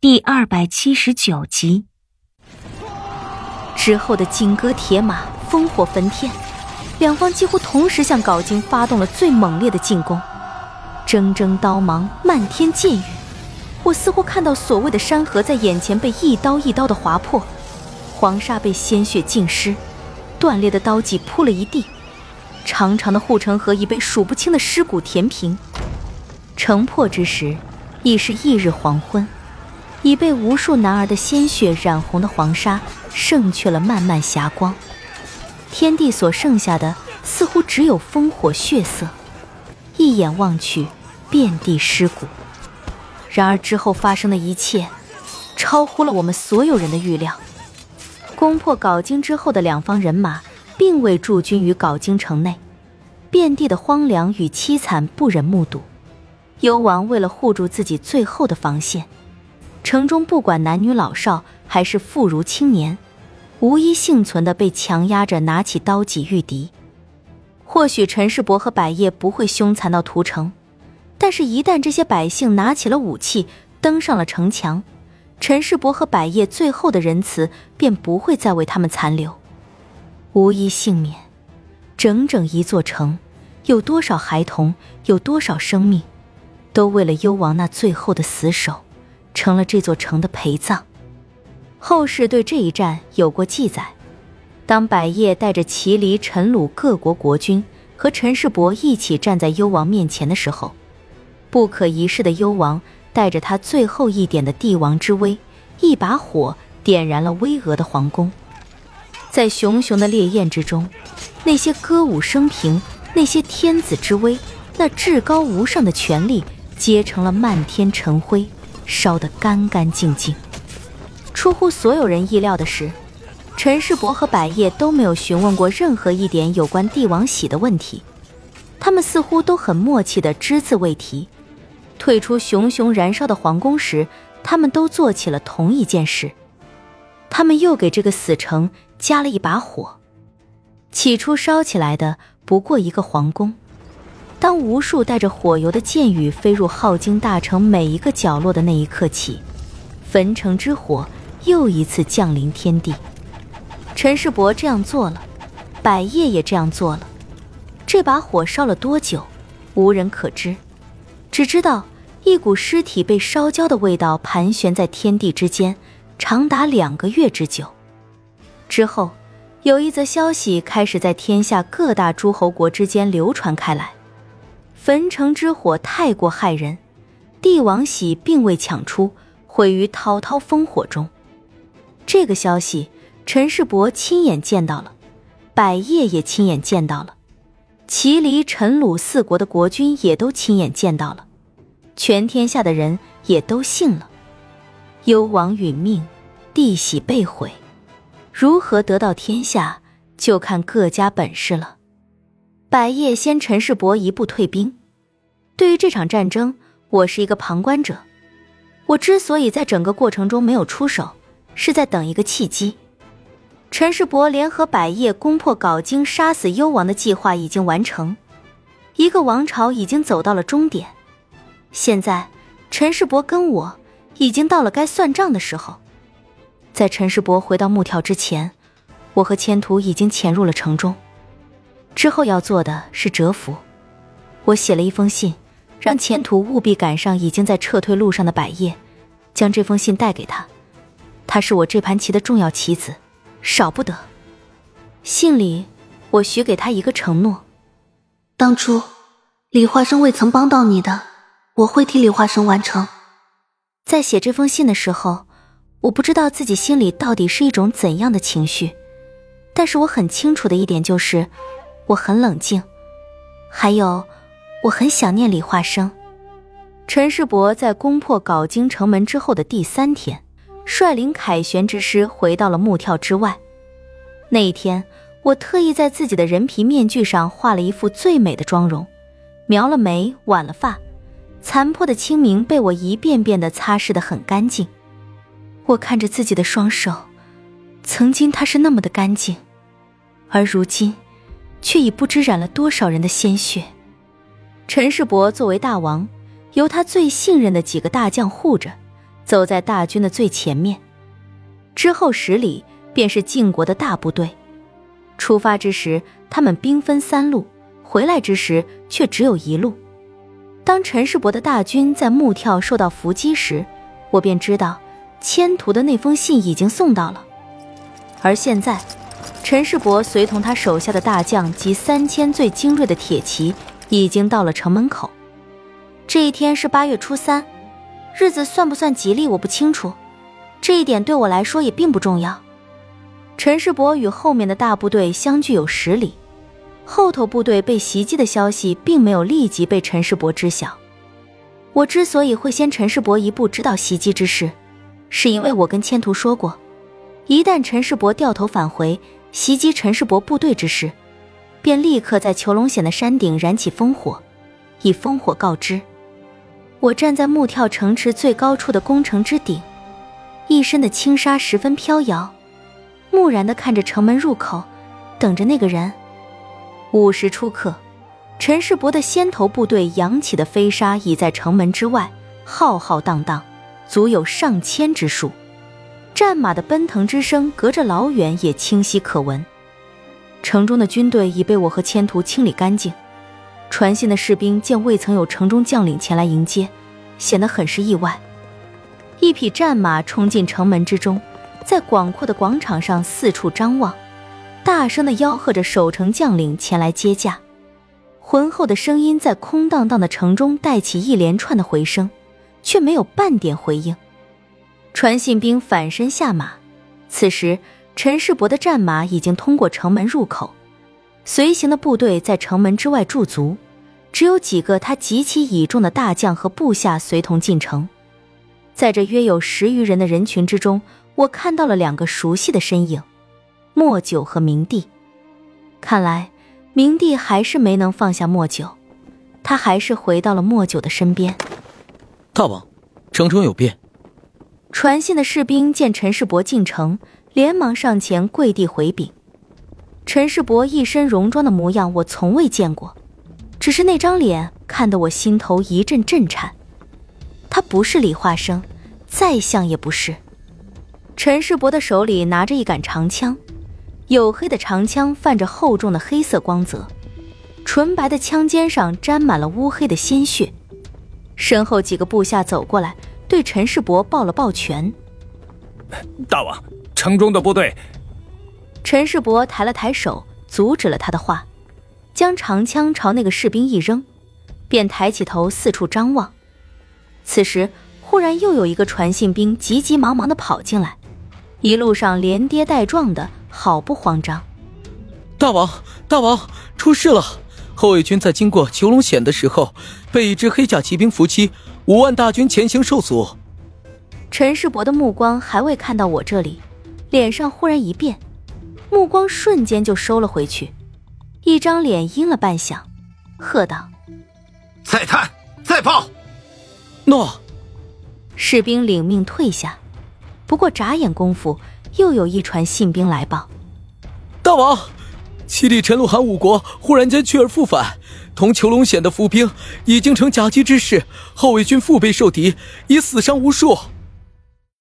第279集。 之后的金戈铁马，烽火焚天，两方几乎同时向镐京发动了最猛烈的进攻，铮铮刀芒，漫天箭雨。我似乎看到所谓的山河在眼前被一刀一刀的划破，黄沙被鲜血浸湿，断裂的刀戟铺了一地，长长的护城河已被数不清的尸骨填平。城破之时，已是翌日黄昏，已被无数男儿的鲜血染红的黄沙胜却了漫漫霞光，天地所剩下的似乎只有烽火血色，一眼望去遍地尸骨。然而之后发生的一切超乎了我们所有人的预料。攻破镐京之后的两方人马并未驻军于镐京城内，遍地的荒凉与凄惨不忍目睹。幽王为了护住自己最后的防线，城中不管男女老少还是妇孺青年，无一幸存的被强压着拿起刀戟御敌。或许陈世伯和百业不会凶残到屠城，但是一旦这些百姓拿起了武器，登上了城墙，陈世伯和百业最后的仁慈便不会再为他们残留，无一幸免。整整一座城，有多少孩童，有多少生命，都为了幽王那最后的死守，成了这座城的陪葬。后世对这一战有过记载，当百业带着齐黎陈鲁各国国君和陈世伯一起站在幽王面前的时候，不可一世的幽王带着他最后一点的帝王之威，一把火点燃了巍峨的皇宫。在熊熊的烈焰之中，那些歌舞升平，那些天子之威，那至高无上的权力结成了漫天尘灰，烧得干干净净。出乎所有人意料的是，陈世伯和百业都没有询问过任何一点有关帝王玺的问题，他们似乎都很默契地只字未提。退出熊熊燃烧的皇宫时，他们都做起了同一件事，他们又给这个死城加了一把火。起初烧起来的不过一个皇宫，当无数带着火油的箭雨飞入镐京大城每一个角落的那一刻起，焚城之火又一次降临天地。陈世伯这样做了，百业也这样做了。这把火烧了多久，无人可知，只知道一股尸体被烧焦的味道盘旋在天地之间，长达2个月之久。之后有一则消息开始在天下各大诸侯国之间流传开来，焚城之火太过害人，帝王玺并未抢出，毁于滔滔烽火中。这个消息陈世伯亲眼见到了，百业也亲眼见到了，齐黎陈鲁4国的国君也都亲眼见到了，全天下的人也都信了。幽王殒命，帝玺被毁，如何得到天下，就看各家本事了。百业先陈世伯一步退兵。对于这场战争，我是一个旁观者。我之所以在整个过程中没有出手，是在等一个契机。陈世伯联合百业攻破镐京，杀死幽王的计划已经完成，一个王朝已经走到了终点。现在陈世伯跟我已经到了该算账的时候。在陈世伯回到木条之前，我和千图已经潜入了城中。之后要做的是蛰伏。我写了一封信，让千图务必赶上已经在撤退路上的百业，将这封信带给他。他是我这盘棋的重要棋子，少不得。信里我许给他一个承诺， 当初李化生未曾帮到你的，我会替李化生完成。 在写这封信的时候，我不知道自己心里到底是一种怎样的情绪，但是我很清楚的一点就是，我很冷静，还有我很想念李化生。陈世伯在攻破镐京城门之后的第3天，率领凯旋之师回到了木跳之外。那一天，我特意在自己的人皮面具上画了一副最美的妆容，描了眉，挽了发，残破的清明被我一遍遍地擦拭得很干净。我看着自己的双手，曾经它是那么的干净，而如今却已不知染了多少人的鲜血。陈世伯作为大王，由他最信任的几个大将护着， 走在大军的最前面。之后10里便是晋国的大部队。出发之时，他们兵分3路，回来之时却只有1路。当陈世伯的大军在木跳受到伏击时，我便知道迁徒的那封信已经送到了。而现在，陈世伯随同他手下的大将及3000最精锐的铁骑已经到了城门口。这一天是8月初3，日子算不算吉利我不清楚，这一点对我来说也并不重要。陈世伯与后面的大部队相距有10里，后头部队被袭击的消息并没有立即被陈世伯知晓。我之所以会先陈世伯一步知道袭击之事，是因为我跟千图说过，一旦陈世伯掉头返回袭击陈世伯部队之事，便立刻在囚龙险的山顶燃起烽火，以烽火告知。我站在木跳城池最高处的宫城之顶，一身的轻纱十分飘摇，木然地看着城门入口，等着那个人。5时初刻，陈世伯的先头部队扬起的飞沙已在城门之外浩浩荡荡，足有上千之数。战马的奔腾之声隔着老远也清晰可闻。城中的军队已被我和千图清理干净，传信的士兵见未曾有城中将领前来迎接，显得很是意外。一匹战马冲进城门之中，在广阔的广场上四处张望，大声地吆喝着守城将领前来接驾。浑厚的声音在空荡荡的城中带起一连串的回声，却没有半点回应。传信兵反身下马，此时陈世伯的战马已经通过城门入口，随行的部队在城门之外驻足，只有几个他极其倚重的大将和部下随同进城。在这约有10余人的人群之中，我看到了2个熟悉的身影，莫九和明帝。看来明帝还是没能放下莫九，他还是回到了莫九的身边。 大王，城中有变。 传信的士兵见陈世伯进城，连忙上前跪地回禀。陈世伯一身戎装的模样我从未见过，只是那张脸看得我心头一阵震颤。他不是李化生，再像也不是。陈世伯的手里拿着一杆长枪，黝黑的长枪泛着厚重的黑色光泽，纯白的枪尖上沾满了乌黑的鲜血。身后几个部下走过来，对陈世伯抱了抱拳。 大王，城中的部队。 陈世伯抬了抬手，阻止了他的话，将长枪朝那个士兵一扔，便抬起头四处张望。此时忽然又有一个传信兵急急忙忙地跑进来，一路上连跌带撞的，好不慌张。 大王，出事了！后卫军在经过囚龙险的时候，被一支黑甲骑兵伏击，5万大军前行受阻。 陈世伯的目光还未看到我这里，脸上忽然一变，目光瞬间就收了回去，一张脸阴了半晌，喝道： 再探，再报！ 诺！ 士兵领命退下，不过眨眼功夫，又有一传信兵来报： 大王，7里陈鲁韩5国忽然间去而复返，同囚龙险的伏兵已经成甲机之势，后卫军腹背受敌，已死伤无数。